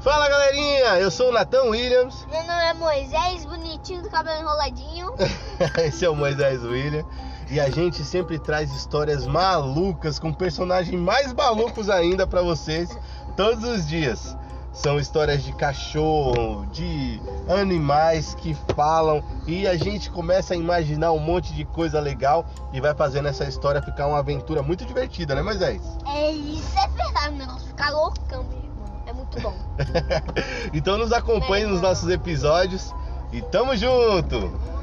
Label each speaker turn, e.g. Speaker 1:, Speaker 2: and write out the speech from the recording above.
Speaker 1: Fala galerinha, eu sou o Nathan Williams.
Speaker 2: Meu nome é Moisés, bonitinho do cabelo enroladinho.
Speaker 1: Esse é o Moisés William. E a gente sempre traz histórias malucas com personagens mais malucos ainda pra vocês todos os dias. São histórias de cachorro, de animais que falam, e a gente começa a imaginar um monte de coisa legal e vai fazendo essa história ficar uma aventura muito divertida, né, Moisés?
Speaker 2: Isso é verdade, o negócio fica loucão, meu irmão. É muito bom.
Speaker 1: Então nos acompanhe nos nossos episódios e tamo junto!